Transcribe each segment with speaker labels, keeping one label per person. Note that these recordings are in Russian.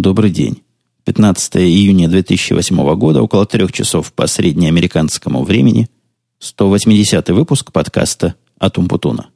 Speaker 1: Добрый день. 15 июня 2008 года, около 3 часов по среднеамериканскому времени, 180-й выпуск подкаста от Умпутуна.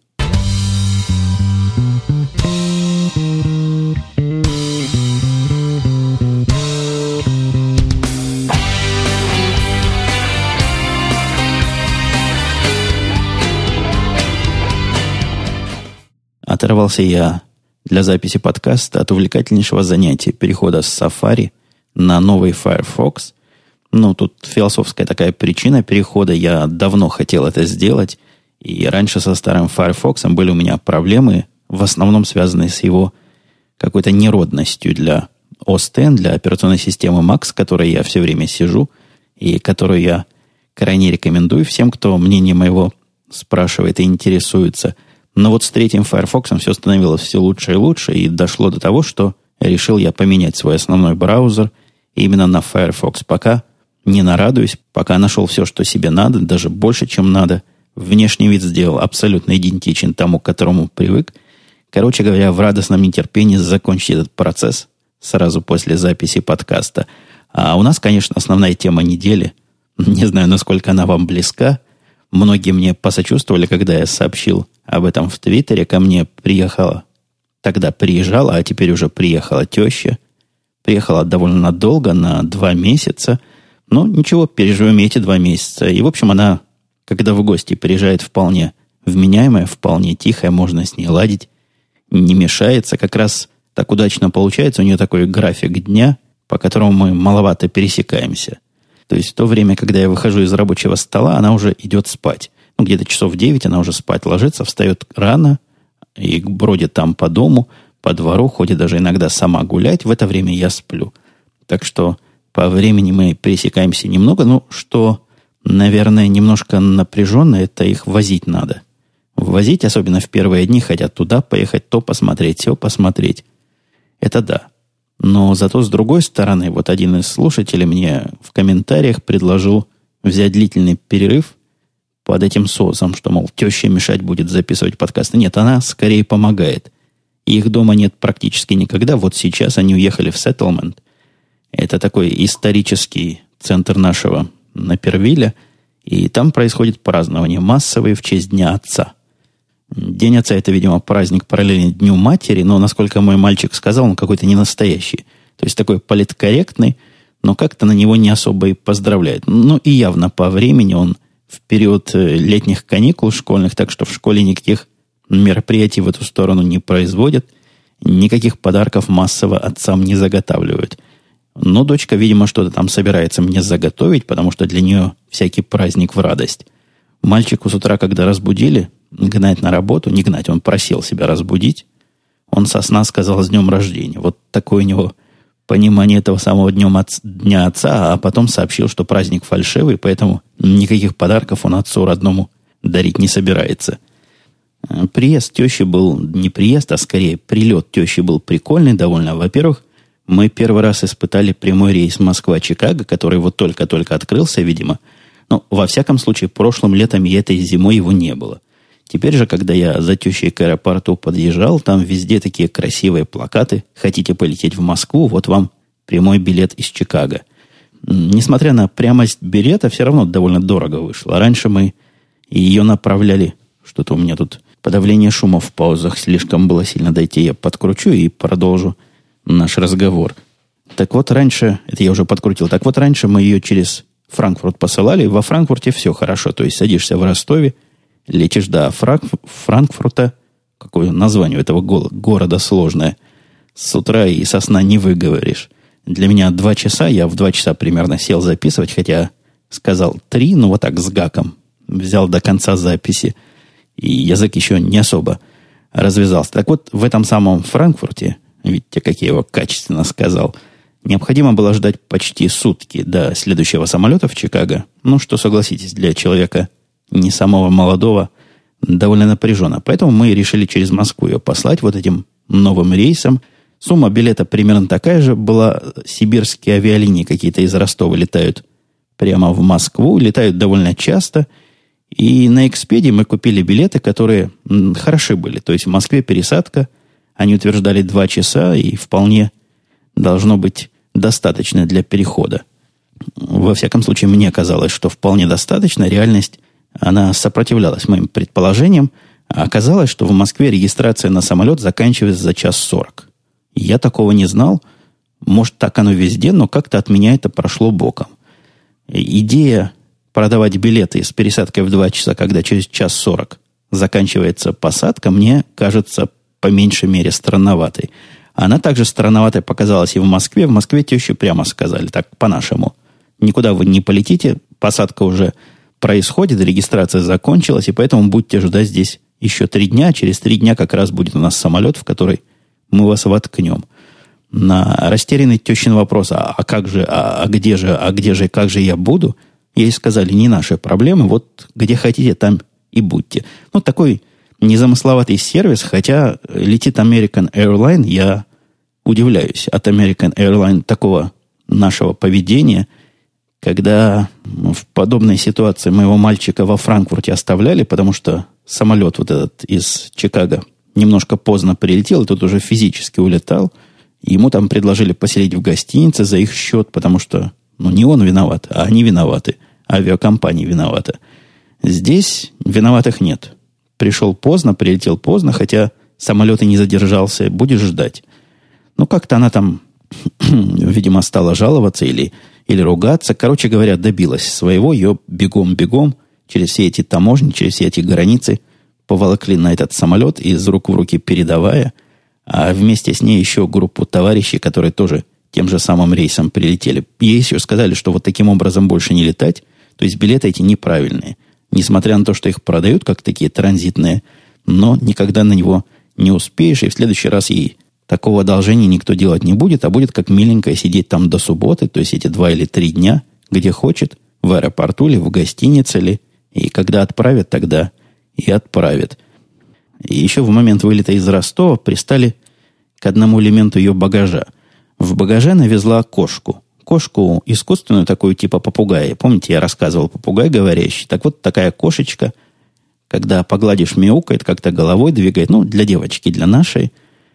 Speaker 1: Оторвался я для записи подкаста от увлекательнейшего занятия перехода с Safari на новый Firefox. Тут философская такая причина перехода. Я давно хотел это сделать. И раньше со старым Firefox были у меня проблемы, в основном связанные с его какой-то неродностью для OS X, для операционной системы Mac, с которой я все время сижу, и которую я крайне рекомендую всем, кто мнение моего спрашивает и интересуется. Но вот с третьим Firefox все становилось все лучше и лучше, и дошло до того, что решил я поменять свой основной браузер именно на Firefox. Пока не нарадуюсь, пока нашел все, что себе надо, даже больше, чем надо. Внешний вид сделал абсолютно идентичен тому, к которому привык. Короче говоря, в радостном нетерпении закончить этот процесс сразу после записи подкаста. А у нас, конечно, основная тема недели. Не знаю, насколько она вам близка. Многие мне посочувствовали, когда я сообщил об этом в Твиттере. Ко мне приехала, тогда приезжала, а теперь уже приехала теща. Приехала довольно надолго, на 2 месяца. Но ничего, переживем эти 2 месяца. И, в общем, она, когда в гости приезжает, вполне вменяемая, вполне тихая, можно с ней ладить. Не мешается. Как раз так удачно получается. У нее такой график дня, по которому мы маловато пересекаемся. То есть в то время, когда я выхожу из рабочего стола, она уже идет спать. Где-то часов 9 она уже спать ложится, встает рано и бродит там по дому, по двору, ходит даже иногда сама гулять. В это время я сплю. Так что по времени мы пересекаемся немного. Что, наверное, немножко напряженно, это их возить надо. Возить, особенно в первые дни, хотят туда поехать, то посмотреть, все посмотреть. Это да. Но зато с другой стороны, вот один из слушателей мне в комментариях предложил взять длительный перерыв под этим соусом, что, мол, теща мешать будет записывать подкасты. Нет, она скорее помогает. Их дома нет практически никогда. Вот сейчас они уехали в Сеттлмент. Это такой исторический центр нашего Напервилля. И там происходит празднование массовое в честь Дня Отца. День Отца – это, видимо, праздник параллельный Дню Матери, но, насколько мой мальчик сказал, он какой-то не настоящий. То есть такой политкорректный, но как-то на него не особо и поздравляет. И явно по времени он в период летних каникул школьных, так что в школе никаких мероприятий в эту сторону не производят, никаких подарков массово отцам не заготавливают. Но дочка, видимо, что-то там собирается мне заготовить, потому что для нее всякий праздник в радость. Мальчику с утра, когда разбудили, гнать на работу, не гнать, он просил себя разбудить, он со сна сказал «с днем рождения». Вот такое у него понимание этого самого Дня Отца, а потом сообщил, что праздник фальшивый, поэтому никаких подарков он отцу родному дарить не собирается. Приезд тещи был не приезд, а скорее прилет тещи был прикольный довольно. Во-первых, мы первый раз испытали прямой рейс Москва-Чикаго, который вот только-только открылся, видимо. Во всяком случае, прошлым летом и этой зимой его не было. Теперь же, когда я за тещей к аэропорту подъезжал, там везде такие красивые плакаты. Хотите полететь в Москву? Вот вам прямой билет из Чикаго. Несмотря на прямость билета, все равно довольно дорого вышло. Раньше мы ее направляли. Что-то у меня тут подавление шума в паузах слишком было сильно. Дайте я подкручу и продолжу наш разговор. Так вот, раньше, это я уже подкрутил, так вот, раньше мы ее через Франкфурт посылали. Во Франкфурте все хорошо. То есть садишься в Ростове, летишь до Франкфурта. Какое название у этого города сложное. С утра и со сна не выговоришь. Для меня 2 часа. Я в 2 часа примерно сел записывать, хотя сказал 3, вот так с гаком. Взял до конца записи. И язык еще не особо развязался. Так вот, в этом самом Франкфурте, видите, как я его качественно сказал, необходимо было ждать почти сутки до следующего самолета в Чикаго. Что, согласитесь, для человека не самого молодого, довольно напряженно. Поэтому мы решили через Москву ее послать вот этим новым рейсом. Сумма билета примерно такая же была. Сибирские авиалинии какие-то из Ростова летают прямо в Москву, летают довольно часто. И на Экспедии мы купили билеты, которые хороши были. То есть в Москве пересадка, они утверждали 2 часа и вполне должно быть достаточно для перехода. Во всяком случае, мне казалось, что вполне достаточно. Реальность, она сопротивлялась моим предположениям. А оказалось, что в Москве регистрация на самолет заканчивается за 1:40. Я такого не знал. Может, так оно везде, но как-то от меня это прошло боком. Идея продавать билеты с пересадкой в 2 часа, когда через 1:40 заканчивается посадка, мне кажется по меньшей мере странноватой. Она также странноватой показалась и в Москве. В Москве тещи прямо сказали, так по-нашему. Никуда вы не полетите, посадка уже происходит, регистрация закончилась, и поэтому будете ждать здесь еще 3 дня. Через 3 дня как раз будет у нас самолет, в который мы вас воткнем. На растерянный тещин вопрос, а как же, где же, как же я буду, ей сказали, не наши проблемы, вот где хотите, там и будьте. Ну, такой незамысловатый сервис, хотя летит American Airlines, я удивляюсь от American Airlines такого нашего поведения, когда в подобной ситуации моего мальчика во Франкфурте оставляли, потому что самолет вот этот из Чикаго немножко поздно прилетел, и тут уже физически улетал. Ему там предложили поселить в гостинице за их счет, потому что, не он виноват, а они виноваты. Авиакомпания виновата. Здесь виноватых нет. Пришел поздно, прилетел поздно, хотя самолет и не задержался. Будешь ждать. Как-то она там, видимо, стала жаловаться или ругаться. Короче говоря, добилась своего. Ее бегом-бегом через все эти таможни, через все эти границы поволокли на этот самолет, из рук в руки передавая. А вместе с ней еще группу товарищей, которые тоже тем же самым рейсом прилетели. Ей еще сказали, что вот таким образом больше не летать. То есть билеты эти неправильные. Несмотря на то, что их продают как такие транзитные, но никогда на него не успеешь. И в следующий раз ей такого одолжения никто делать не будет, а будет как миленькая сидеть там до субботы, то есть эти 2 или 3 дня, где хочет, в аэропорту ли, в гостинице ли. И когда отправят, тогда и отправят. И еще в момент вылета из Ростова пристали к одному элементу ее багажа. В багаже она везла кошку. Кошку искусственную, такую типа попугая. Помните, я рассказывал, попугай говорящий. Так вот, такая кошечка, когда погладишь, мяукает, как-то головой двигает. Для девочки, для нашей.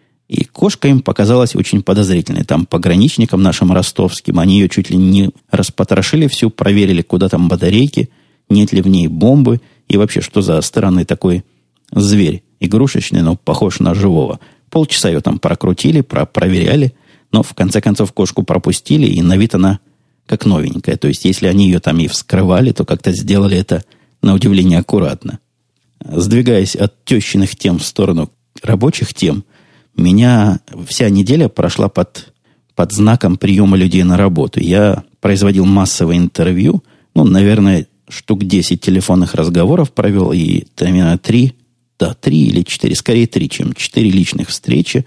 Speaker 1: И кошка им показалась очень подозрительной. Там пограничникам нашим ростовским, они ее чуть ли не распотрошили всю, проверили, куда там батарейки, нет ли в ней бомбы. И вообще, что за странный такой зверь. Игрушечный, но похож на живого. Полчаса ее там прокрутили, проверяли. Но в конце концов кошку пропустили, и на вид она как новенькая. То есть, если они ее там и вскрывали, то как-то сделали это, на удивление, аккуратно. Сдвигаясь от тещиных тем в сторону рабочих тем, меня вся неделя прошла под знаком приема людей на работу. Я производил массовое интервью, наверное, штук 10 телефонных разговоров провел, и именно 3 или 4, скорее 3, чем 4 личных встречи.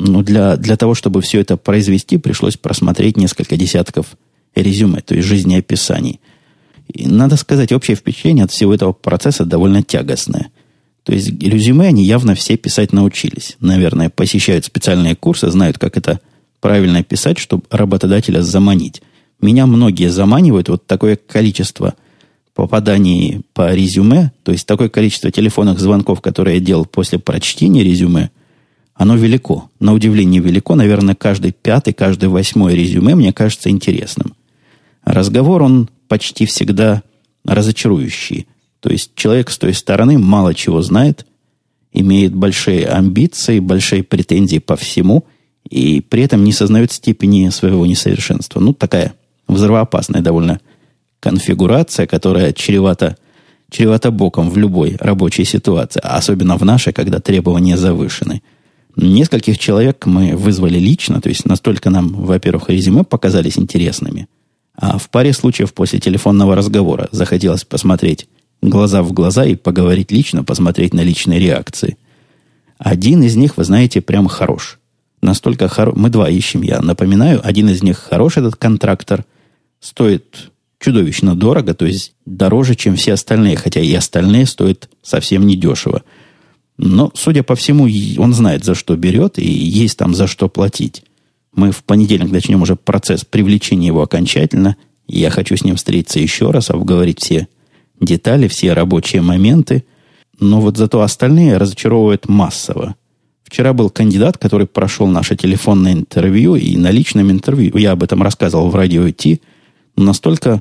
Speaker 1: Для того, чтобы все это произвести, пришлось просмотреть несколько десятков резюме, то есть жизнеописаний. И надо сказать, общее впечатление от всего этого процесса довольно тягостное. То есть резюме они явно все писать научились. Наверное, посещают специальные курсы, знают, как это правильно писать, чтобы работодателя заманить. Меня многие заманивают, вот такое количество попаданий по резюме, то есть такое количество телефонных звонков, которые я делал после прочтения резюме, оно велико. На удивление велико. Наверное, каждый 5-й, каждый 8-й резюме мне кажется интересным. Разговор, он почти всегда разочарующий. То есть человек с той стороны мало чего знает, имеет большие амбиции, большие претензии по всему, и при этом не сознает степени своего несовершенства. Такая взрывоопасная довольно конфигурация, которая чревата боком в любой рабочей ситуации, особенно в нашей, когда требования завышены. Нескольких человек мы вызвали лично, то есть настолько нам, во-первых, резюме показались интересными, а в паре случаев после телефонного разговора захотелось посмотреть глаза в глаза и поговорить лично, посмотреть на личные реакции. Один из них, вы знаете, прям хорош. Настолько хорош. Мы 2 ищем, я напоминаю. Один из них хорош, этот контрактор. Стоит чудовищно дорого, то есть дороже, чем все остальные, хотя и остальные стоят совсем недешево. Но, судя по всему, он знает, за что берет, и есть там за что платить. Мы в понедельник начнем уже процесс привлечения его окончательно. И я хочу с ним встретиться еще раз, обговорить все детали, все рабочие моменты. Но вот зато остальные разочаровывают массово. Вчера был кандидат, который прошел наше телефонное интервью, и на личном интервью, я об этом рассказывал в радио ИТ, настолько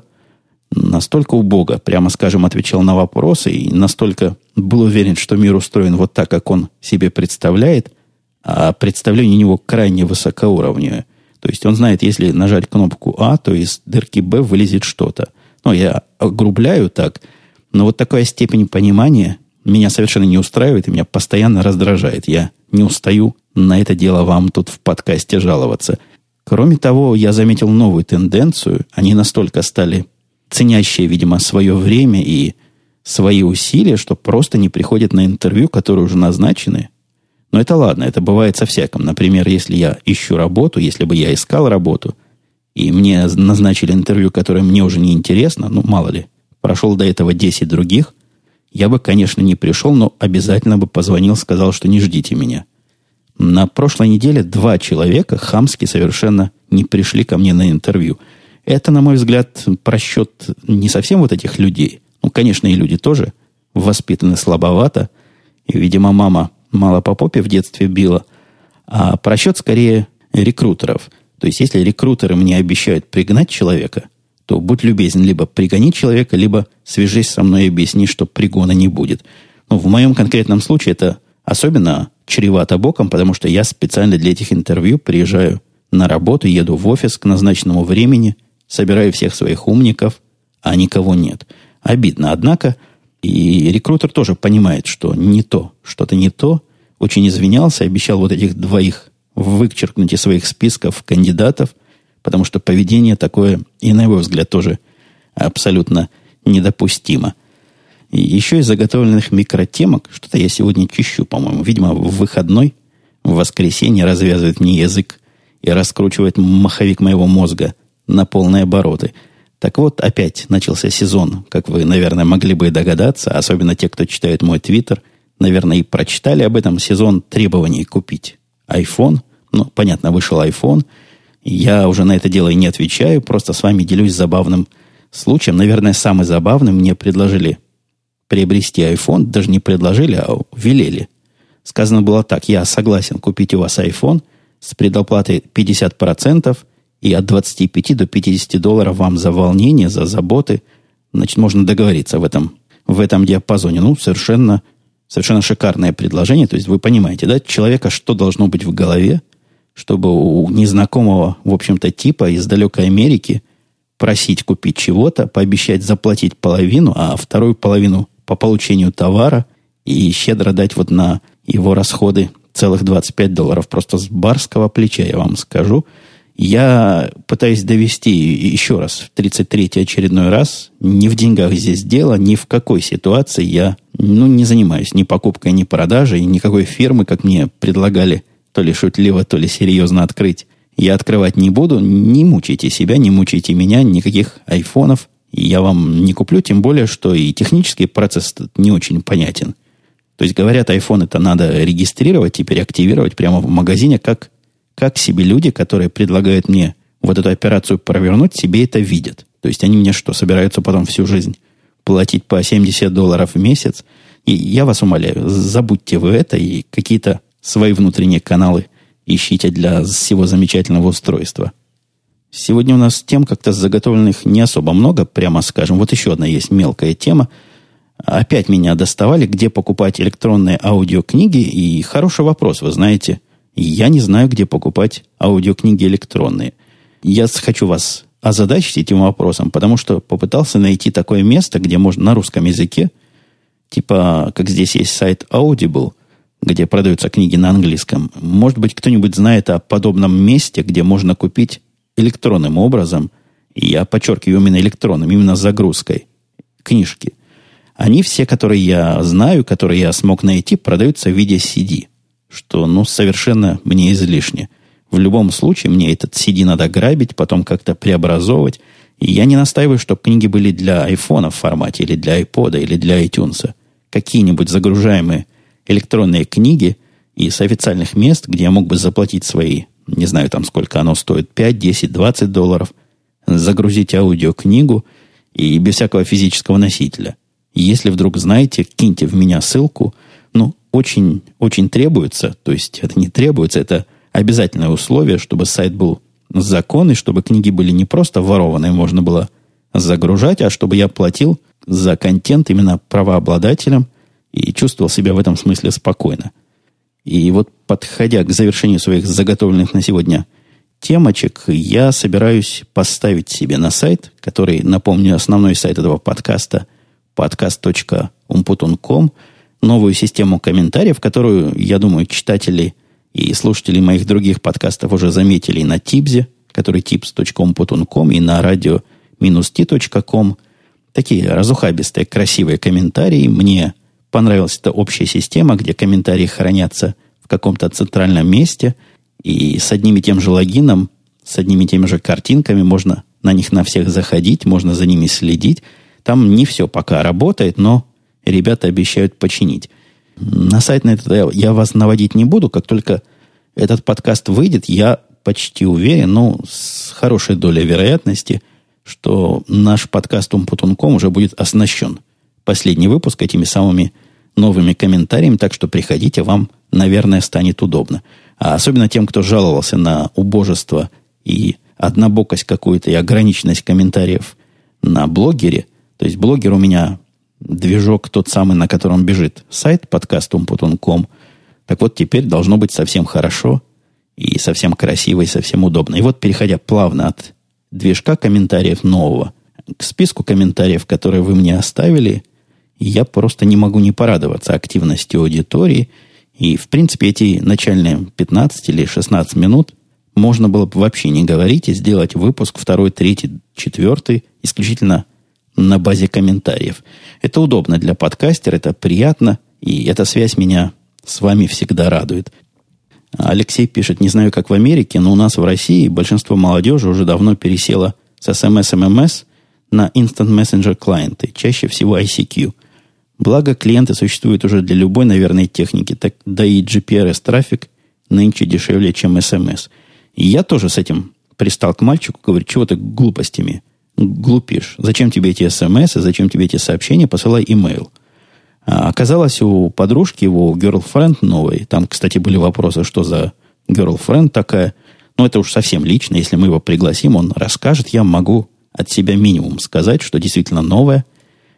Speaker 1: убого, прямо скажем, отвечал на вопросы, и настолько был уверен, что мир устроен вот так, как он себе представляет, а представление у него крайне высокоуровневое. То есть он знает, если нажать кнопку А, то из дырки Б вылезет что-то. Ну, я огрубляю так, но вот такая степень понимания меня совершенно не устраивает и меня постоянно раздражает. Я не устаю на это дело вам тут в подкасте жаловаться. Кроме того, я заметил новую тенденцию. Они настолько стали ценящие, видимо, свое время и свои усилия, что просто не приходят на интервью, которые уже назначены. Но это ладно, это бывает со всяким. Например, если я ищу работу, если бы я искал работу, и мне назначили интервью, которое мне уже не интересно, ну, мало ли, прошел до этого 10 других, я бы, конечно, не пришел, но обязательно бы позвонил, сказал, что не ждите меня. На прошлой неделе 2 человека хамски совершенно не пришли ко мне на интервью. Это, на мой взгляд, просчет не совсем вот этих людей. Ну, конечно, и люди тоже воспитаны слабовато. И, видимо, мама мало по попе в детстве била. А просчет скорее рекрутеров. То есть, если рекрутеры мне обещают пригнать человека, то будь любезен, либо пригони человека, либо свяжись со мной и объясни, что пригона не будет. Ну, в моем конкретном случае это особенно чревато боком, потому что я специально для этих интервью приезжаю на работу, еду в офис к назначенному времени, собираю всех своих умников, а никого нет. Обидно, однако, и рекрутер тоже понимает, что не то, что-то не то, очень извинялся, обещал вот этих 2 вычеркнуть из своих списков кандидатов, потому что поведение такое, и на его взгляд, тоже абсолютно недопустимо. И еще из заготовленных микротемок, что-то я сегодня чищу, по-моему, видимо, в выходной, в воскресенье развязывает мне язык и раскручивает маховик моего мозга на полные обороты. Так вот, опять начался сезон, как вы, наверное, могли бы догадаться, особенно те, кто читает мой твиттер, наверное, и прочитали об этом, сезон требований купить iPhone. Ну, понятно, вышел iPhone. Я уже на это дело и не отвечаю, просто с вами делюсь забавным случаем. Наверное, самый забавный, мне предложили приобрести iPhone, даже не предложили, а велели. Сказано было так: я согласен купить у вас iPhone с предоплатой 50% и от 25 до 50 долларов вам за волнение, за заботы. Значит, можно договориться в этом диапазоне. Ну, совершенно шикарное предложение. То есть, вы понимаете, да, человека что должно быть в голове, чтобы у незнакомого, в общем-то, типа из далекой Америки просить купить чего-то, пообещать заплатить половину, а вторую половину по получению товара и щедро дать вот на его расходы целых 25 долларов. Просто с барского плеча, я вам скажу. Я пытаюсь довести еще раз, в 33-й очередной раз, не в деньгах здесь дело, ни в какой ситуации я не занимаюсь ни покупкой, ни продажей, никакой фирмы, как мне предлагали то ли шутливо, то ли серьезно открыть, я открывать не буду. Не мучайте себя, не мучайте меня, никаких айфонов я вам не куплю, тем более, что и технический процесс не очень понятен. То есть, говорят, iPhone это надо регистрировать, теперь активировать прямо в магазине, как себе люди, которые предлагают мне вот эту операцию провернуть, себе это видят. То есть, они мне что, собираются потом всю жизнь платить по 70 долларов в месяц? И я вас умоляю, забудьте вы это и какие-то свои внутренние каналы ищите для всего замечательного устройства. Сегодня у нас тем как-то заготовленных не особо много, прямо скажем. Вот еще одна есть мелкая тема. Опять меня доставали, где покупать электронные аудиокниги. И хороший вопрос, вы знаете. Я не знаю, где покупать аудиокниги электронные. Я хочу вас озадачить этим вопросом, потому что попытался найти такое место, где можно на русском языке, типа, как здесь есть сайт Audible, где продаются книги на английском. Может быть, кто-нибудь знает о подобном месте, где можно купить электронным образом, и я подчеркиваю именно электронным, именно с загрузкой, книжки. Они все, которые я знаю, которые я смог найти, продаются в виде CD, что, совершенно мне излишне. В любом случае, мне этот CD надо грабить, потом как-то преобразовывать. И я не настаиваю, чтобы книги были для айфона в формате, или для iPod, или для iTunes. Какие-нибудь загружаемые электронные книги из официальных мест, где я мог бы заплатить свои, не знаю там сколько оно стоит, 5, 10, 20 долларов, загрузить аудиокнигу и без всякого физического носителя. Если вдруг знаете, киньте в меня ссылку. очень, очень требуется, то есть это не требуется, это обязательное условие, чтобы сайт был законный, чтобы книги были не просто ворованные, можно было загружать, а чтобы я платил за контент именно правообладателям и чувствовал себя в этом смысле спокойно. И вот, подходя к завершению своих заготовленных на сегодня темочек, я собираюсь поставить себе на сайт, который, напомню, основной сайт этого подкаста, podcast.umputun.com, новую систему комментариев, которую, я думаю, читатели и слушатели моих других подкастов уже заметили на Тибзе, который tips.umputun.com, и на radio-t.com. Такие разухабистые, красивые комментарии. Мне понравилась эта общая система, где комментарии хранятся в каком-то центральном месте, и с одним и тем же логином, с одними и теми же картинками можно на них на всех заходить, можно за ними следить. Там не все пока работает, но ребята обещают починить. На сайт на это я вас наводить не буду. Как только этот подкаст выйдет, я почти уверен, с хорошей долей вероятности, что наш подкаст Умпутун.ком уже будет оснащен. Последний выпуск этими самыми новыми комментариями, так что приходите, вам, наверное, станет удобно. А особенно тем, кто жаловался на убожество и однобокость какую-то и ограниченность комментариев на блогере. То есть блогер у меня движок тот самый, на котором бежит сайт подкаст Умпутун.ком. Так вот, теперь должно быть совсем хорошо и совсем красиво и совсем удобно. И вот, переходя плавно от движка комментариев нового к списку комментариев, которые вы мне оставили, я просто не могу не порадоваться активностью аудитории. И, в принципе, эти начальные 15 или 16 минут можно было бы вообще не говорить и сделать выпуск 2, 3, 4 исключительно на базе комментариев. Это удобно для подкастера, это приятно, и эта связь меня с вами всегда радует. Алексей пишет, не знаю, как в Америке, но у нас в России большинство молодежи уже давно пересело с SMS на Instant Messenger клиенты, чаще всего ICQ. Благо, клиенты существуют уже для любой, наверное, техники, так, да и GPRS-трафик нынче дешевле, чем SMS. И я тоже с этим пристал к мальчику, говорю, чего ты глупостями глупишь? Зачем тебе эти SMS, зачем тебе эти сообщения? Посылай имейл. А оказалось, у подружки его girlfriend новой, там, кстати, были вопросы, что за girlfriend такая, но это уж совсем лично, если мы его пригласим, он расскажет, я могу от себя минимум сказать, что действительно новая,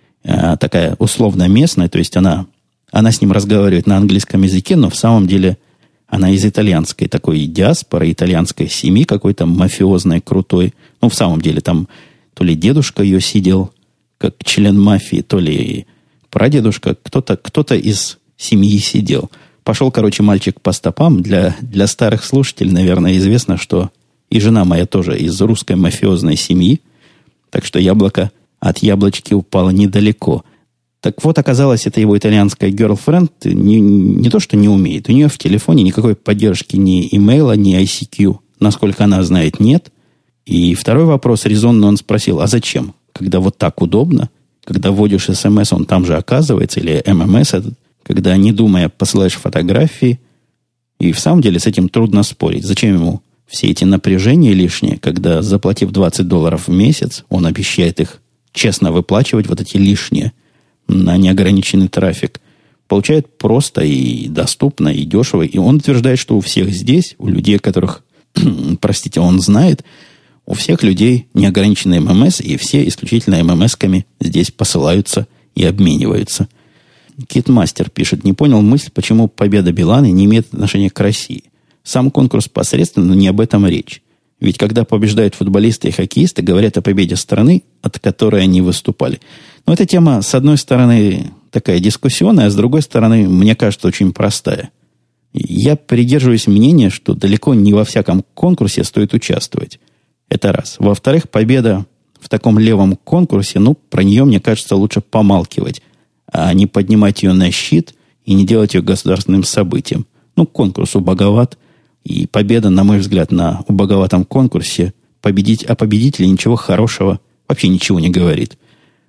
Speaker 1: такая условно местная, то есть она с ним разговаривает на английском языке, но в самом деле она из итальянской такой диаспоры, итальянской семьи какой-то мафиозной, крутой. В самом деле там то ли дедушка ее сидел как член мафии, то ли прадедушка, кто-то из семьи сидел. Пошел, мальчик по стопам. Для старых слушателей, наверное, известно, что и жена моя тоже из русской мафиозной семьи. Так что яблоко от яблочки упало недалеко. Так вот, оказалось, это его итальянская girlfriend не то, что не умеет. У нее в телефоне никакой поддержки ни имейла, ни ICQ, насколько она знает, нет. И второй вопрос резонно он спросил, а зачем? Когда вот так удобно, когда вводишь смс, он там же оказывается, или ММС, когда, не думая, посылаешь фотографии. И в самом деле с этим трудно спорить. Зачем ему все эти напряжения лишние, когда, заплатив $20 в месяц, он обещает их честно выплачивать, вот эти лишние, на неограниченный трафик. Получает просто и доступно, и дешево. И он утверждает, что у всех здесь, у людей, которых, простите, он знает, у всех людей неограниченный ММС, и все исключительно ММСками здесь посылаются и обмениваются. Китмастер пишет, не понял мысль, почему победа Билана не имеет отношения к России. Сам конкурс посредственно, но не об этом речь. Ведь когда побеждают футболисты и хоккеисты, говорят о победе страны, от которой они выступали. Но эта тема, с одной стороны, такая дискуссионная, а с другой стороны, мне кажется, очень простая. Я придерживаюсь мнения, что далеко не во всяком конкурсе стоит участвовать. Это раз. Во-вторых, победа в таком левом конкурсе, про нее, мне кажется, лучше помалкивать, а не поднимать ее на щит и не делать ее государственным событием. Конкурс убоговат, и победа, на мой взгляд, на убоговатом конкурсе о победителе ничего хорошего вообще ничего не говорит.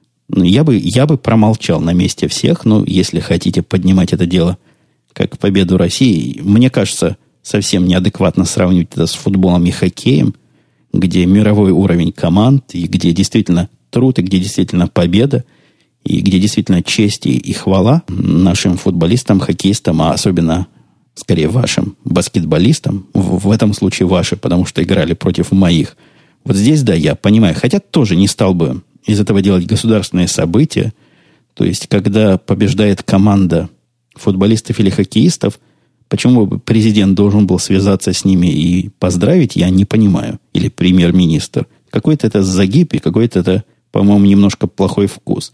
Speaker 1: Я бы промолчал на месте всех, если хотите поднимать это дело как победу России, мне кажется, совсем неадекватно сравнивать это с футболом и хоккеем, где мировой уровень команд, и где действительно труд, и где действительно победа. и где действительно честь и хвала нашим футболистам, хоккеистам, а особенно, скорее, вашим баскетболистам, в этом случае ваши, потому что играли против моих. Вот здесь, да, я понимаю, хотя тоже не стал бы из этого делать государственное событие. То есть, когда побеждает команда футболистов или хоккеистов, почему бы президент должен был связаться с ними и поздравить, я не понимаю. Или премьер-министр. Какой-то это загиб и какой-то это, по-моему, немножко плохой вкус.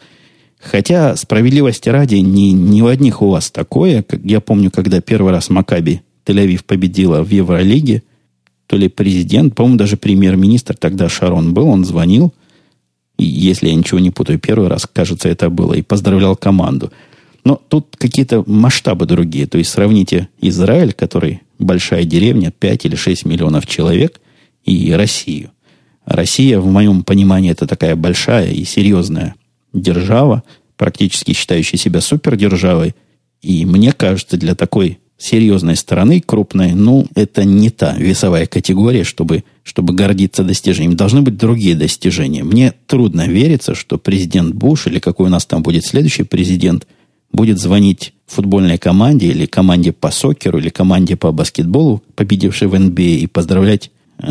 Speaker 1: Хотя, справедливости ради, не у одних у вас такое. Как я помню, когда первый раз Макаби Тель-Авив победила в Евролиге, то ли президент, по-моему, даже премьер-министр тогда Шарон был, он звонил, и, если я ничего не путаю, первый раз, кажется, это было, и поздравлял команду. Но тут какие-то масштабы другие. То есть, сравните Израиль, который большая деревня, 5 или 6 миллионов человек, и Россию. Россия, в моем понимании, это такая большая и серьезная держава, практически считающая себя супердержавой. И мне кажется, для такой серьезной страны, крупной, это не та весовая категория, чтобы гордиться достижением. Должны быть другие достижения. Мне трудно вериться, что президент Буш или какой у нас там будет следующий президент будет звонить футбольной команде или команде по сокеру или команде по баскетболу, победившей в НБА, и поздравлять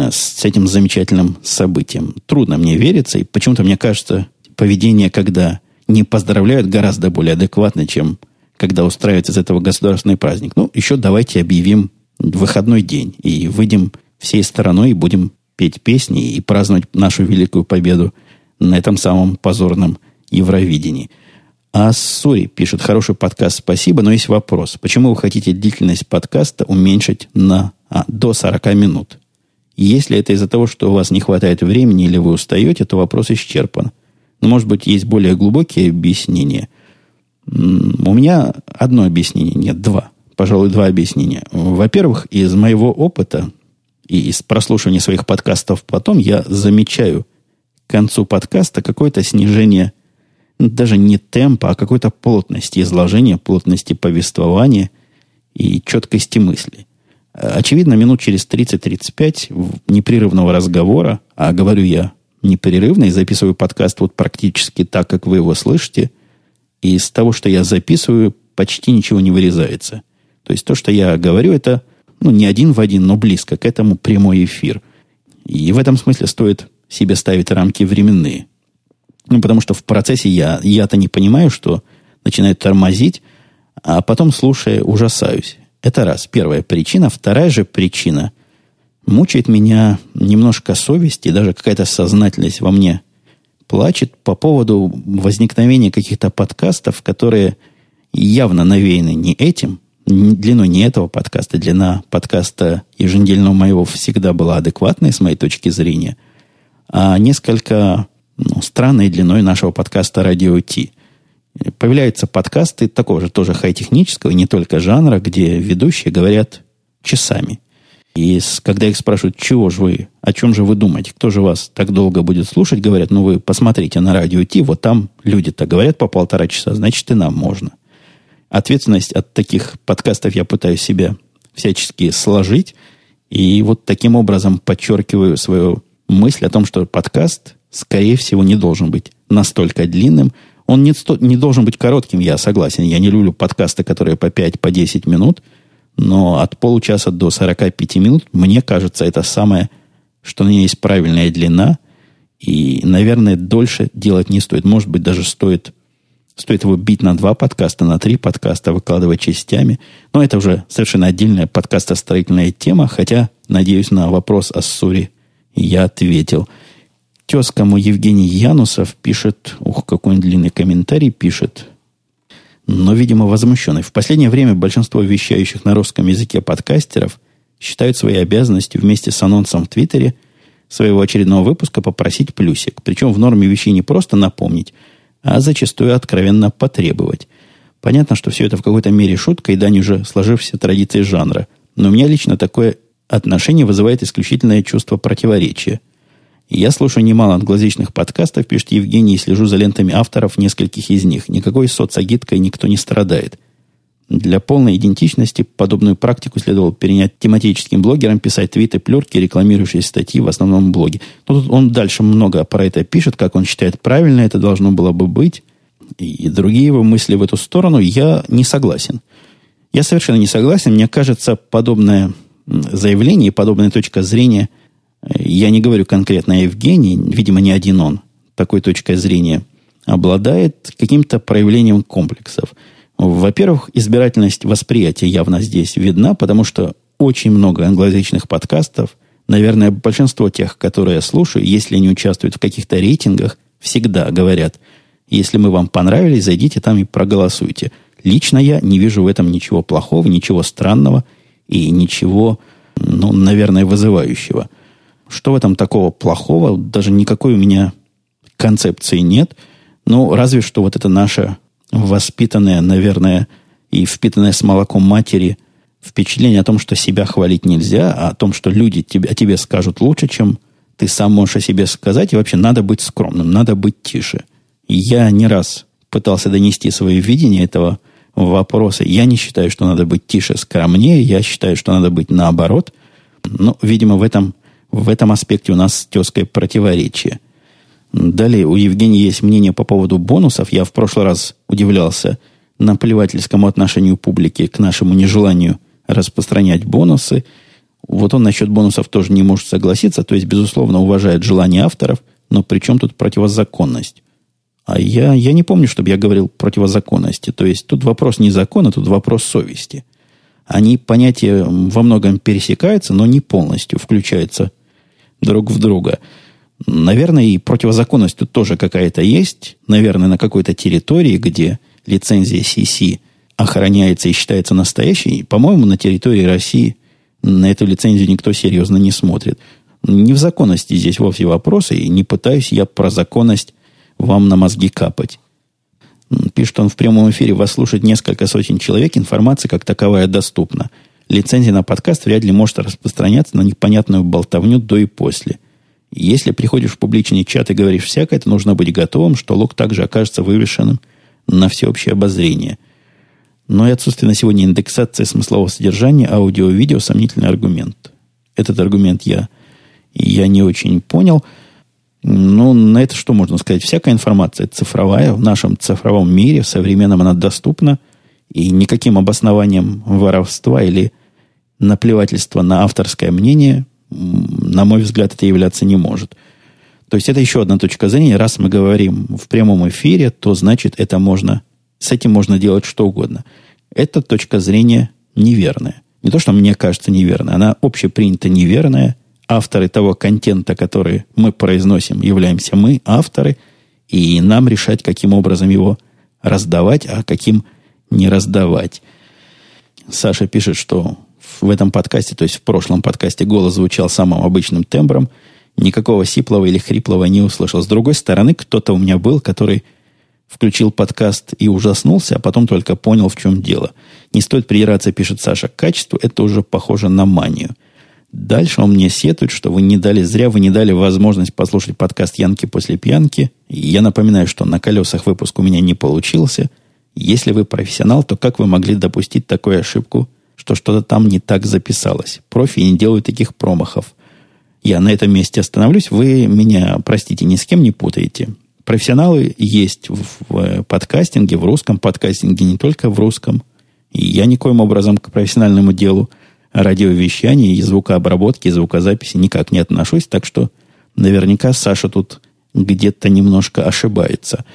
Speaker 1: с этим замечательным событием. Трудно мне вериться, и почему-то мне кажется, поведение, когда не поздравляют, гораздо более адекватно, чем когда устраивается из этого государственный праздник. Еще давайте объявим выходной день и выйдем всей стороной и будем петь песни и праздновать нашу великую победу на этом самом позорном Евровидении. А Сури пишет: хороший подкаст, спасибо, но есть вопрос. Почему вы хотите длительность подкаста уменьшить до 40 минут? Если это из-за того, что у вас не хватает времени или вы устаете, то вопрос исчерпан. Но, может быть, есть более глубокие объяснения. У меня одно объяснение, нет, два. Пожалуй, два объяснения. Во-первых, из моего опыта и из прослушивания своих подкастов потом я замечаю к концу подкаста какое-то снижение даже не темпа, а какой-то плотности изложения, плотности повествования и четкости мысли. Очевидно, минут через 30-35 непрерывного разговора, а говорю я непрерывно и записываю подкаст вот практически так, как вы его слышите, и из того, что я записываю, почти ничего не вырезается. То есть то, что я говорю, это не один в один, но близко к этому прямой эфир. И в этом смысле стоит себе ставить рамки временные. Потому что в процессе я-то не понимаю, что начинаю тормозить, а потом, слушая, ужасаюсь. Это раз, первая причина. Вторая же причина: мучает меня немножко совесть и даже какая-то сознательность во мне плачет по поводу возникновения каких-то подкастов, которые явно навеяны не этим, длиной не этого подкаста. Длина подкаста еженедельного моего всегда была адекватной, с моей точки зрения, а несколько странной длиной нашего подкаста «Радио Ти». Появляются подкасты такого же тоже хай-технического, не только жанра, где ведущие говорят часами. И когда их спрашивают, о чем же вы думаете, кто же вас так долго будет слушать, говорят, вы посмотрите на Радио Ти, вот там люди-то говорят по 1,5 часа, значит, и нам можно. Ответственность от таких подкастов я пытаюсь себя всячески сложить, и вот таким образом подчеркиваю свою мысль о том, что подкаст, скорее всего, не должен быть настолько длинным. Он не должен быть коротким, я согласен. Я не люблю подкасты, которые по 5-10 минут, но от получаса до 45 минут, мне кажется, это самое, что у меня есть правильная длина. И, наверное, дольше делать не стоит. Может быть, даже стоит его бить на 2 подкаста, на 3 подкаста, выкладывать частями. Но это уже совершенно отдельная подкастостроительная тема. Хотя, надеюсь, на вопрос о Сури я ответил. Тезка мой Евгений Янусов пишет, какой он длинный комментарий пишет, но, видимо, возмущенный. В последнее время большинство вещающих на русском языке подкастеров считают своей обязанностью вместе с анонсом в Твиттере своего очередного выпуска попросить плюсик. Причем в норме вещей не просто напомнить, а зачастую откровенно потребовать. Понятно, что все это в какой-то мере шутка и дань уже сложившейся традиции жанра. Но у меня лично такое отношение вызывает исключительное чувство противоречия. Я слушаю немало англоязычных подкастов, пишет Евгений, и слежу за лентами авторов нескольких из них. Никакой соцагиткой никто не страдает. Для полной идентичности подобную практику следовало перенять тематическим блогерам, писать твиты, плюрки, рекламирующие статьи в основном блоге. Но тут он дальше много про это пишет, как он считает правильно это должно было бы быть. и другие его мысли в эту сторону, я не согласен. Я совершенно не согласен. Мне кажется, подобное заявление, подобная точка зрения, я не говорю конкретно о Евгении, видимо, не один он такой точкой зрения обладает каким-то проявлением комплексов. Во-первых, избирательность восприятия явно здесь видна, потому что очень много англоязычных подкастов, наверное, большинство тех, которые я слушаю, если они участвуют в каких-то рейтингах, всегда говорят, если мы вам понравились, зайдите там и проголосуйте. Лично я не вижу в этом ничего плохого, ничего странного и ничего, наверное, вызывающего. Что в этом такого плохого? Даже никакой у меня концепции нет. Разве что вот это наше воспитанное, наверное, и впитанное с молоком матери впечатление о том, что себя хвалить нельзя, а о том, что люди о тебе скажут лучше, чем ты сам можешь о себе сказать, и вообще надо быть скромным, надо быть тише. И я не раз пытался донести свое видение этого вопроса. Я не считаю, что надо быть тише, скромнее. Я считаю, что надо быть наоборот. Видимо, в этом аспекте у нас с тезкой противоречие. Далее у Евгения есть мнение по поводу бонусов. Я в прошлый раз удивлялся наплевательскому отношению публики к нашему нежеланию распространять бонусы. Вот он насчет бонусов тоже не может согласиться. То есть, безусловно, уважает желание авторов. Но при чем тут противозаконность? А я не помню, чтобы я говорил противозаконности. То есть, тут вопрос не закона, тут вопрос совести. Они, понятия, во многом пересекаются, но не полностью включаются друг в друга. Наверное, и противозаконность тут тоже какая-то есть. Наверное, на какой-то территории, где лицензия CC охраняется и считается настоящей. По-моему, на территории России на эту лицензию никто серьезно не смотрит. Не в законности здесь вовсе вопросы, и не пытаюсь я про законность вам на мозги капать. Пишет он: в прямом эфире вас слушает несколько сотен человек, информация как таковая доступна. Лицензия на подкаст вряд ли может распространяться на непонятную болтовню до и после. Если приходишь в публичный чат и говоришь всякое, то нужно быть готовым, что лог также окажется вывешенным на всеобщее обозрение. Но и отсутствие на сегодня индексации смыслового содержания аудио и видео – сомнительный аргумент. Этот аргумент я не очень понял. На это что можно сказать? Всякая информация цифровая, в нашем цифровом мире, в современном она доступна, и никаким обоснованием воровства или наплевательства на авторское мнение, на мой взгляд, это являться не может. То есть, это еще одна точка зрения. Раз мы говорим в прямом эфире, то значит, с этим можно делать что угодно. Эта точка зрения неверная. Не то, что мне кажется неверной, она общепринята неверная. Авторы того контента, который мы произносим, являемся мы, авторы, и нам решать, каким образом его раздавать, а каким не раздавать. Саша пишет, что в этом подкасте, то есть в прошлом подкасте, голос звучал самым обычным тембром, никакого сиплого или хриплого не услышал. С другой стороны, кто-то у меня был, который включил подкаст и ужаснулся, а потом только понял, в чем дело. Не стоит придираться, пишет Саша, к качеству, это уже похоже на манию. Дальше он мне сетует, что вы не дали возможность послушать подкаст «Янки после пьянки». И я напоминаю, что на колесах выпуск у меня не получился. Если вы профессионал, то как вы могли допустить такую ошибку, что что-то там не так записалось? Профи не делают таких промахов. Я на этом месте остановлюсь. Вы меня, простите, ни с кем не путаете. Профессионалы есть в подкастинге, в русском подкастинге, не только в русском. И я никоим образом к профессиональному делу радиовещания и звукообработки, и звукозаписи никак не отношусь. Так что наверняка Саша тут где-то немножко ошибается.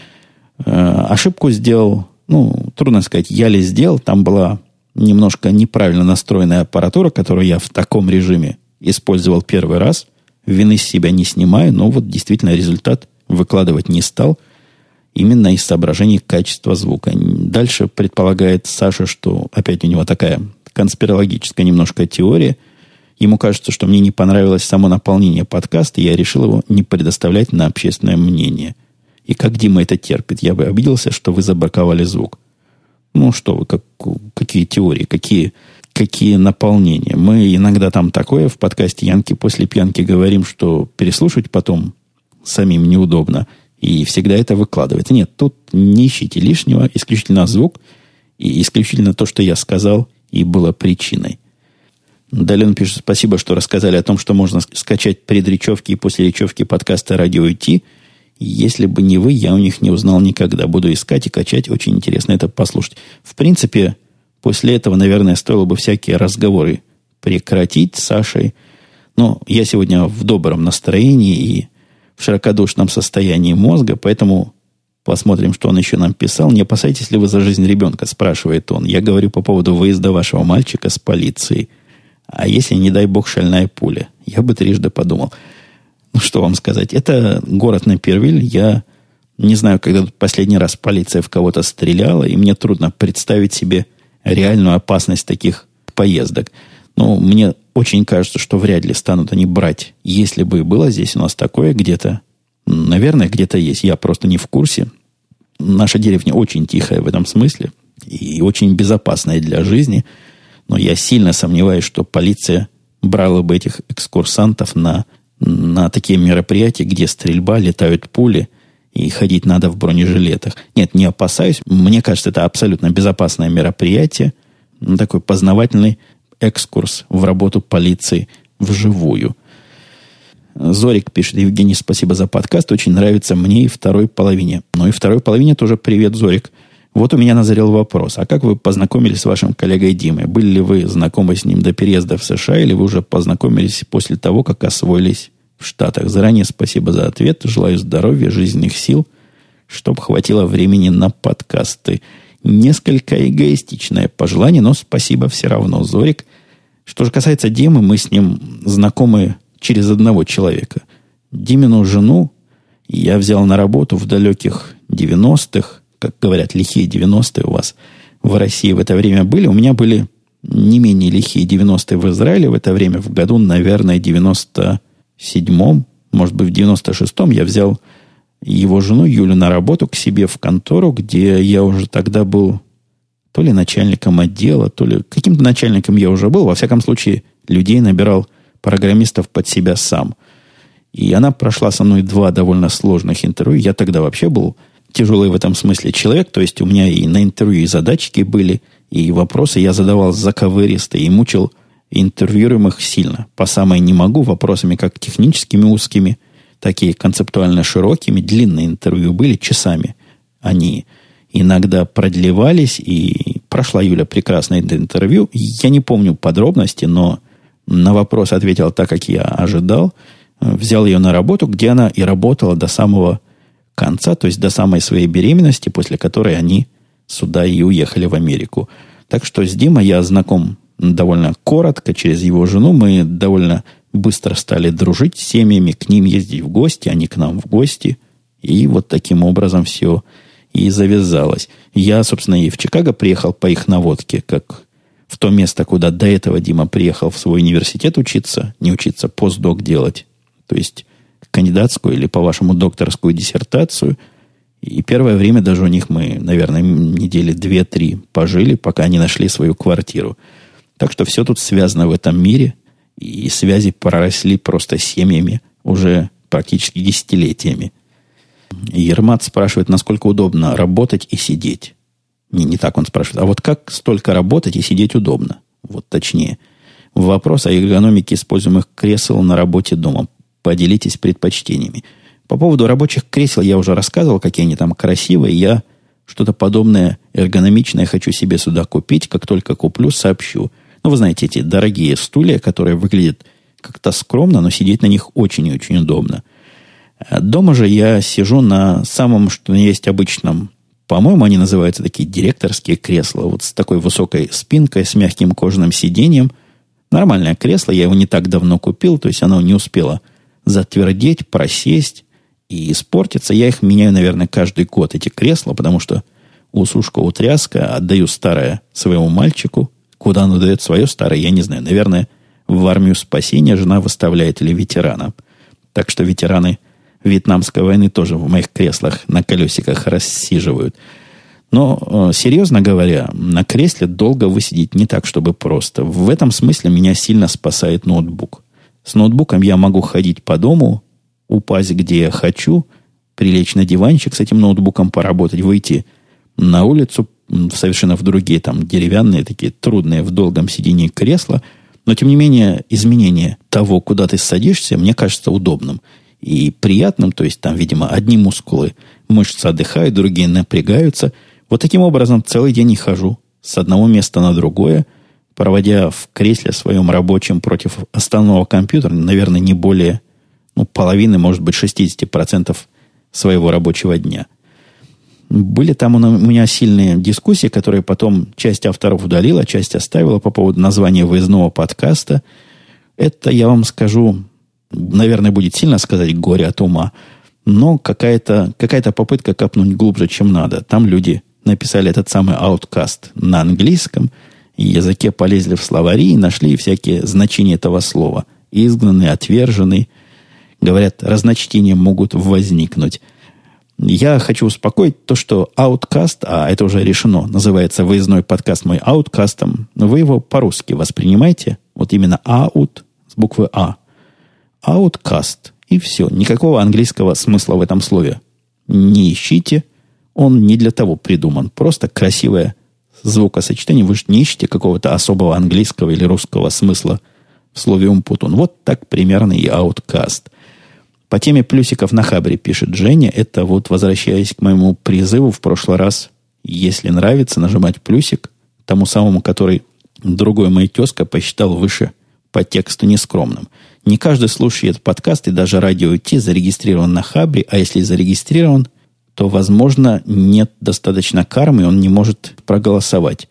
Speaker 1: Ошибку сделал, трудно сказать, я ли сделал. Там была немножко неправильно настроенная аппаратура, которую я в таком режиме использовал первый раз. Вины с себя не снимаю, но вот действительно результат выкладывать не стал. Именно из соображений качества звука. Дальше предполагает Саша, что опять у него такая конспирологическая немножко теория. Ему кажется, что мне не понравилось само наполнение подкаста, и я решил его не предоставлять на общественное мнение. И как Дима это терпит? Я бы обиделся, что вы забраковали звук. Что вы, какие теории, какие наполнения. Мы иногда там такое в подкасте «Янки после пьянки» говорим, что переслушать потом самим неудобно. И всегда это выкладывается. Нет, тут не ищите лишнего, исключительно звук и исключительно то, что я сказал, и было причиной. Далее он пишет: спасибо, что рассказали о том, что можно скачать предречевки и послеречевки подкаста «Радио IT». Если бы не вы, я у них не узнал никогда. Буду искать и качать. Очень интересно это послушать. В принципе, после этого, наверное, стоило бы всякие разговоры прекратить с Сашей. Но я сегодня в добром настроении и в широкодушном состоянии мозга, поэтому посмотрим, что он еще нам писал. Не опасайтесь ли вы за жизнь ребенка, спрашивает он. Я говорю по поводу выезда вашего мальчика с полицией. А если, не дай бог, шальная пуля? Я бы трижды подумал. Ну, что вам сказать? Это город Напервиль. Я не знаю, когда последний раз полиция в кого-то стреляла, и мне трудно представить себе реальную опасность таких поездок. Но мне очень кажется, что вряд ли станут они брать. Если бы было здесь у нас такое где-то, наверное, где-то есть. Я просто не в курсе. Наша деревня очень тихая в этом смысле и очень безопасная для жизни. Но я сильно сомневаюсь, что полиция брала бы этих экскурсантов на такие мероприятия, где стрельба, летают пули, и ходить надо в бронежилетах. Нет, не опасаюсь. Мне кажется, это абсолютно безопасное мероприятие. Такой познавательный экскурс в работу полиции вживую. Зорик пишет: Евгений, спасибо за подкаст. Очень нравится мне и второй половине. Ну и второй половине тоже привет, Зорик. Вот у меня назрел вопрос. А как вы познакомились с вашим коллегой Димой? Были ли вы знакомы с ним до переезда в США, или вы уже познакомились после того, как освоились в Штатах? Заранее спасибо за ответ. Желаю здоровья, жизненных сил, чтобы хватило времени на подкасты. Несколько эгоистичное пожелание, но спасибо все равно, Зорик. Что же касается Димы, мы с ним знакомы через одного человека. Димину жену я взял на работу в далеких 90-х, как говорят, лихие 90-е у вас в России в это время были. У меня были не менее лихие 90-е в Израиле в это время. В году, наверное, 97-м, может быть, в 96-м я взял его жену Юлю на работу к себе в контору, где я уже тогда был то ли начальником отдела, то ли каким-то начальником я уже был. Во всяком случае, людей набирал, программистов под себя сам. И она прошла со мной 2 довольно сложных интервью. Я тогда вообще был тяжелый в этом смысле человек. То есть у меня и на интервью и задачки были, и вопросы я задавал заковыристые, и мучил интервьюируемых сильно. По самой не могу, вопросами как техническими узкими, такие концептуально широкими, длинные интервью были часами. Они иногда продлевались, и прошла Юля прекрасно это интервью. Я не помню подробности, но на вопрос ответила так, как я ожидал. Взял ее на работу, где она и работала до самого конца, то есть до самой своей беременности, после которой они сюда и уехали в Америку. Так что с Димой я знаком довольно коротко, через его жену. Мы довольно быстро стали дружить с семьями, к ним ездить в гости, они к нам в гости. И вот таким образом все и завязалось. Я, собственно, и в Чикаго приехал по их наводке, как в то место, куда до этого Дима приехал в свой университет учиться, не учиться, постдок делать. То есть кандидатскую или, по-вашему, докторскую диссертацию. И первое время даже у них мы, наверное, недели 2-3 пожили, пока они нашли свою квартиру. Так что все тут связано в этом мире. И связи проросли просто семьями уже практически десятилетиями. Ермат спрашивает, насколько удобно работать и сидеть. Не так он спрашивает. А вот как столько работать и сидеть удобно? Вот точнее. Вопрос о эргономике используемых кресел на работе дома. Поделитесь предпочтениями. По поводу рабочих кресел я уже рассказывал, какие они там красивые. Я что-то подобное эргономичное хочу себе сюда купить. Как только куплю, сообщу. Ну, вы знаете, эти дорогие стулья, которые выглядят как-то скромно, но сидеть на них очень и очень удобно. Дома же я сижу на самом, что есть обычном, по-моему, они называются такие директорские кресла, вот с такой высокой спинкой, с мягким кожаным сиденьем. Нормальное кресло, я его не так давно купил, то есть оно не успело затвердеть, просесть и испортиться. Я их меняю, наверное, каждый год, эти кресла, потому что усушка, утряска, отдаю старое своему мальчику. Куда он дает свое старое, я не знаю. Наверное, в армию спасения жена выставляет или ветеранам. Так что ветераны Вьетнамской войны тоже в моих креслах на колесиках рассиживают. Но, серьезно говоря, на кресле долго высидеть не так, чтобы просто. В этом смысле меня сильно спасает ноутбук. С ноутбуком я могу ходить по дому, упасть где я хочу, прилечь на диванчик с этим ноутбуком, поработать, выйти на улицу, совершенно в другие, там, деревянные, такие трудные в долгом сидении кресла. Но, тем не менее, изменение того, куда ты садишься, мне кажется удобным. и приятным, то есть там, видимо, одни мускулы, мышцы отдыхают, другие напрягаются. Вот таким образом целый день и хожу с одного места на другое, проводя в кресле своем рабочем против основного компьютера, наверное, не более половины, может быть, 60% своего рабочего дня. Были там у меня сильные дискуссии, которые потом часть авторов удалила, часть оставила по поводу названия выездного подкаста. Это, я вам скажу, наверное, будет сильно сказать горе от ума, но какая-то попытка копнуть глубже, чем надо. Там люди написали этот самый Outcast на английском, и языке полезли в словари и нашли всякие значения этого слова. Изгнанный, отверженный. Говорят, разночтения могут возникнуть. Я хочу успокоить то, что Outcast, а это уже решено, называется выездной подкаст мой Outcast'ом, вы его по-русски воспринимаете. Вот именно Out с буквы А. Outcast. И все. Никакого английского смысла в этом слове не ищите. Он не для того придуман. Просто красивое звукосочетание. Вы же не ищете какого-то особого английского или русского смысла в слове «умпутун». Вот так примерно и Outcast. По теме плюсиков на Хабре пишет Женя. Это вот, возвращаясь к моему призыву в прошлый раз, если нравится, нажимать плюсик тому самому, который другой мой тезка посчитал выше по тексту нескромным. Не каждый слушает подкаст и даже радио Ти зарегистрирован на Хабре, а если зарегистрирован, то, возможно, нет достаточно кармы, и он не может проголосовать.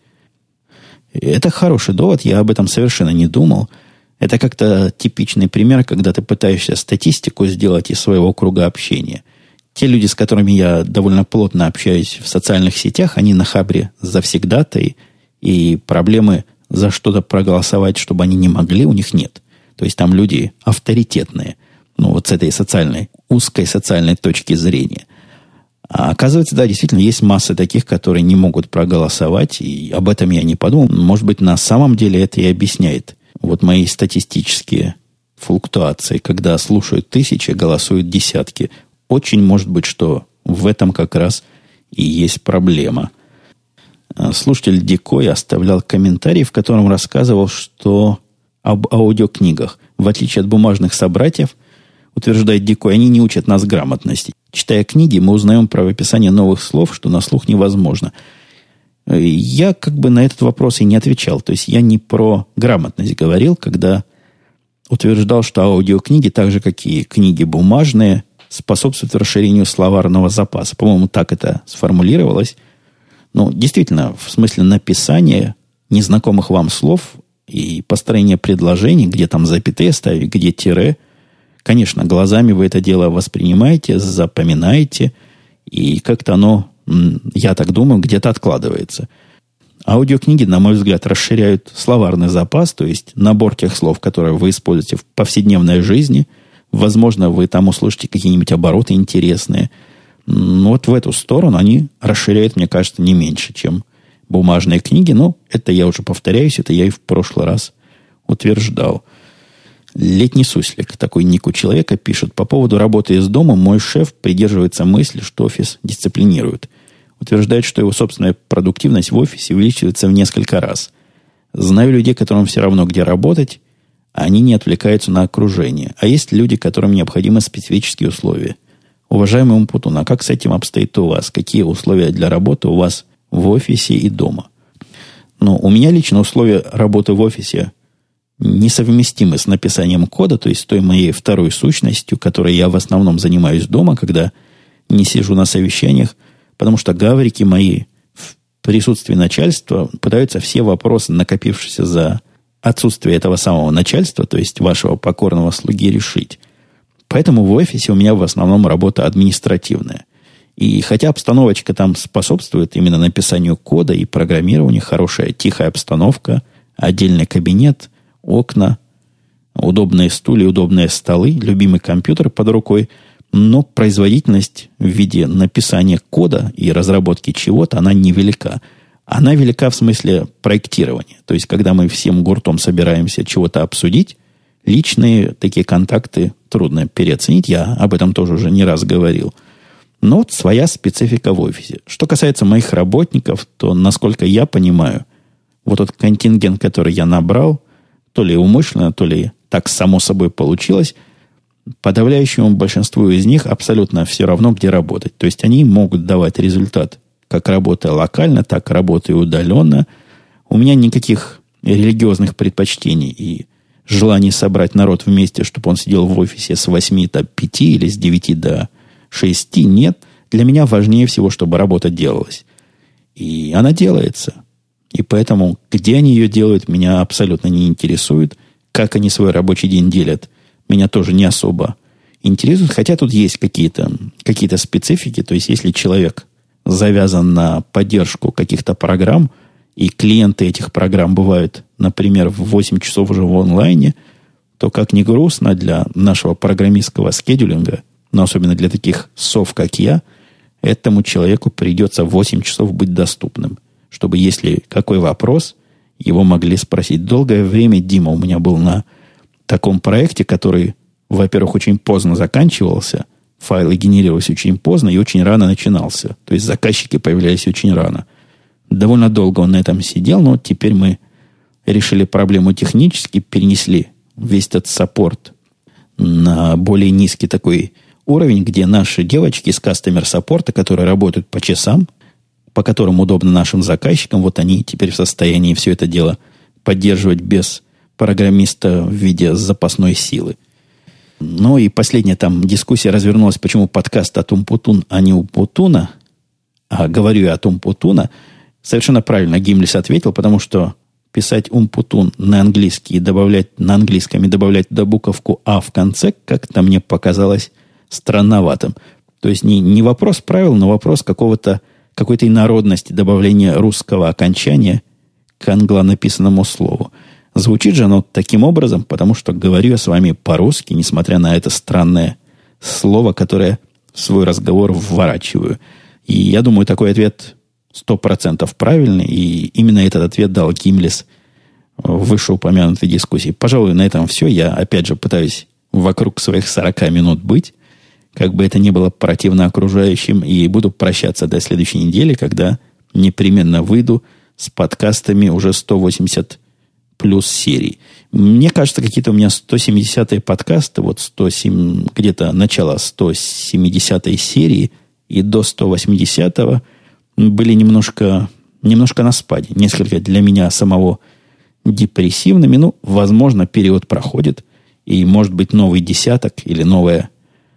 Speaker 1: Это хороший довод, я об этом совершенно не думал. Это как-то типичный пример, когда ты пытаешься статистику сделать из своего круга общения. Те люди, с которыми я довольно плотно общаюсь в социальных сетях, они на Хабре завсегдатаи, и проблемы за что-то проголосовать, чтобы они не могли, у них нет. То есть там люди авторитетные, вот с этой узкой социальной точки зрения. А оказывается, да, действительно, есть масса таких, которые не могут проголосовать, и об этом я не подумал. Может быть, на самом деле это и объясняет вот мои статистические флуктуации, когда слушают 1000, голосуют десятки. Очень может быть, что в этом как раз и есть проблема. Слушатель Дикой оставлял комментарий, в котором рассказывал, что об аудиокнигах, в отличие от бумажных собратьев, утверждает Дикой, они не учат нас грамотности. Читая книги, мы узнаем про описание новых слов, что на слух невозможно. Я на этот вопрос и не отвечал. То есть я не про грамотность говорил, когда утверждал, что аудиокниги, так же, как и книги бумажные, способствуют расширению словарного запаса. По-моему, так это сформулировалось. Действительно, в смысле написания незнакомых вам слов и построения предложений, где там запятые ставить, где тире, конечно, глазами вы это дело воспринимаете, запоминаете, и как-то оно, я так думаю, где-то откладывается. Аудиокниги, на мой взгляд, расширяют словарный запас, то есть набор тех слов, которые вы используете в повседневной жизни. Возможно, вы там услышите какие-нибудь обороты интересные. Вот в эту сторону они расширяют, мне кажется, не меньше, чем бумажные книги. Но это я уже повторяюсь, это я и в прошлый раз утверждал. Летний суслик, такой ник у человека, пишет: по поводу работы из дома мой шеф придерживается мысли, что офис дисциплинирует. Утверждает, что его собственная продуктивность в офисе увеличивается в несколько раз. Знаю людей, которым все равно где работать, а они не отвлекаются на окружение. А есть люди, которым необходимы специфические условия. Уважаемый Умпутун, а как с этим обстоит у вас? Какие условия для работы у вас в офисе и дома? У меня лично условия работы в офисе несовместимы с написанием кода, то есть с той моей второй сущностью, которой я в основном занимаюсь дома, когда не сижу на совещаниях, потому что гаврики мои в присутствии начальства пытаются все вопросы, накопившиеся за отсутствие этого самого начальства, то есть вашего покорного слуги, решить. Поэтому в офисе у меня в основном работа административная. И хотя обстановочка там способствует именно написанию кода и программированию, хорошая тихая обстановка, отдельный кабинет, окна, удобные стулья, удобные столы, любимый компьютер под рукой, но производительность в виде написания кода и разработки чего-то, она невелика. Она велика в смысле проектирования. То есть, когда мы всем гуртом собираемся чего-то обсудить, личные такие контакты трудно переоценить. Я об этом тоже уже не раз говорил. Но вот своя специфика в офисе. Что касается моих работников, то, насколько я понимаю, вот тот контингент, который я набрал, то ли умышленно, то ли так само собой получилось, подавляющему большинству из них абсолютно все равно, где работать. То есть они могут давать результат, как работая локально, так и работая удаленно. У меня никаких религиозных предпочтений и желаний собрать народ вместе, чтобы он сидел в офисе с 8 до 5 или с 9 до 6 нет. Для меня важнее всего, чтобы работа делалась. И она делается. И поэтому, где они ее делают, меня абсолютно не интересует. Как они свой рабочий день делят, меня тоже не особо интересует. Хотя тут есть какие-то специфики. То есть, если человек завязан на поддержку каких-то программ, и клиенты этих программ бывают, например, в 8 часов уже в онлайне, то, как ни грустно для нашего программистского скедулинга, но особенно для таких сов, как я, этому человеку придется в 8 часов быть доступным, чтобы, если какой вопрос, его могли спросить. Долгое время Дима у меня был на таком проекте, который, во-первых, очень поздно заканчивался, файлы генерировались очень поздно и очень рано начинался. То есть заказчики появлялись очень рано. Довольно долго он на этом сидел, но теперь мы решили проблему технически, перенесли весь этот саппорт на более низкий такой уровень, где наши девочки из кастомер-саппорта, которые работают по часам, по которым удобно нашим заказчикам, вот они теперь в состоянии все это дело поддерживать без программиста в виде запасной силы. Ну и последняя там дискуссия развернулась, почему подкаст от Умпутун, а не Умпутуна, а говорю я от Умпутуна. Совершенно правильно Гимлис ответил, потому что писать Умпутун на английский и добавлять на английском и добавлять туда буковку «а» в конце, как-то мне показалось странноватым. То есть не вопрос правил, но вопрос какой-то инородности, добавления русского окончания к англонаписанному слову. Звучит же оно таким образом, потому что говорю я с вами по-русски, несмотря на это странное слово, которое в свой разговор вворачиваю. И я думаю, такой ответ 100% правильный, и именно этот ответ дал Гимлис в вышеупомянутой дискуссии. Пожалуй, на этом все. Я, опять же, пытаюсь вокруг своих 40 минут быть, как бы это ни было противно окружающим, и буду прощаться до следующей недели, когда непременно выйду с подкастами уже 180 плюс серий. Мне кажется, какие-то у меня 170-е подкасты, вот 107, где-то начало 170-й серии и до 180-го были немножко на спаде. Несколько для меня самого депрессивными. Ну, возможно, период проходит, и, может быть, новый десяток или новая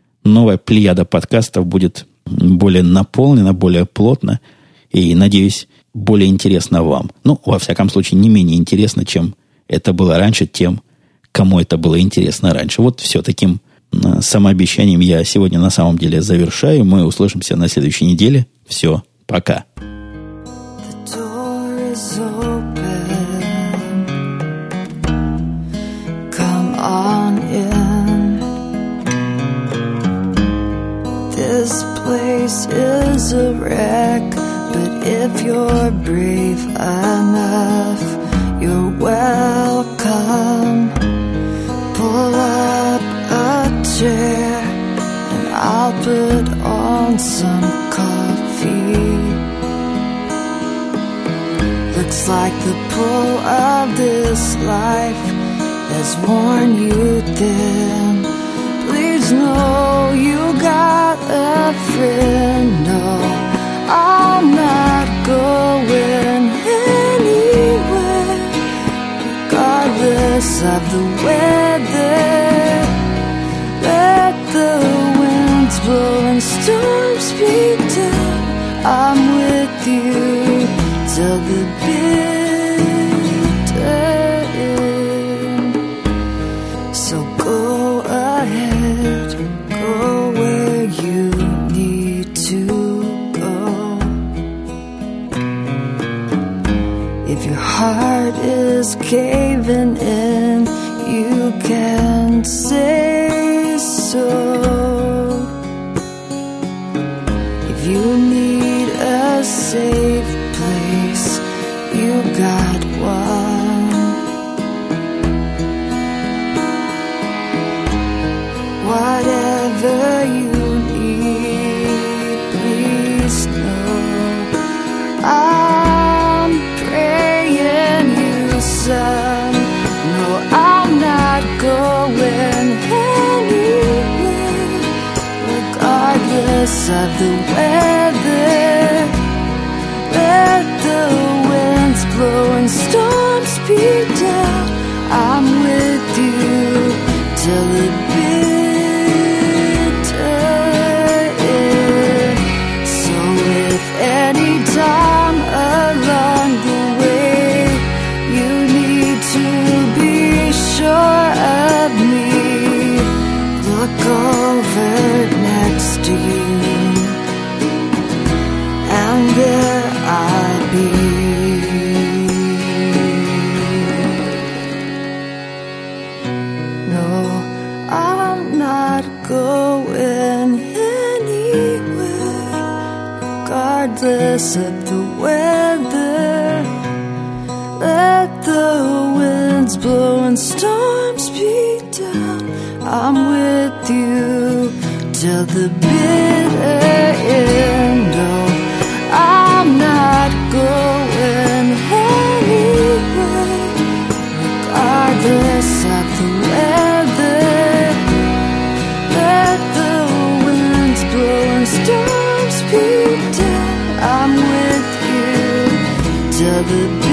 Speaker 1: плеяда подкастов будет более наполнена, более плотно и, надеюсь, более интересно вам. Ну, во всяком случае, не менее интересно, чем это было раньше, тем, кому это было интересно раньше. Вот все таким самообещанием я сегодня на самом деле завершаю. Мы услышимся на следующей неделе. Все, пока.
Speaker 2: This place is a wreck, but if you're brave enough, you're welcome. Pull up a chair and I'll put on some coffee. Looks like the pull of this life has worn you thin. Please know you got a friend. No, I'm not going anywhere, regardless of the weather. Let the winds blow and storms beat down. I'm with you till the bitter end. So go ahead, go where you need to go. If your heart is caving in, you can say so. If you need a safe place, you got one. Whatever you need, please know I'm praying you some. regardless of the weather. Let the winds blow and storms beat down. I'm with you till the bitter end. So if any time along the way you need to be sure of me, look over next to you, and there I'll be. No, I'm not going anywhere, regardless of the weather. Let the winds blow and storms beat down. I'm with you till the bitter end. Oh, I'm not going anywhere, regardless of the weather. Let the winds blow and storms beat down. I'm with you till the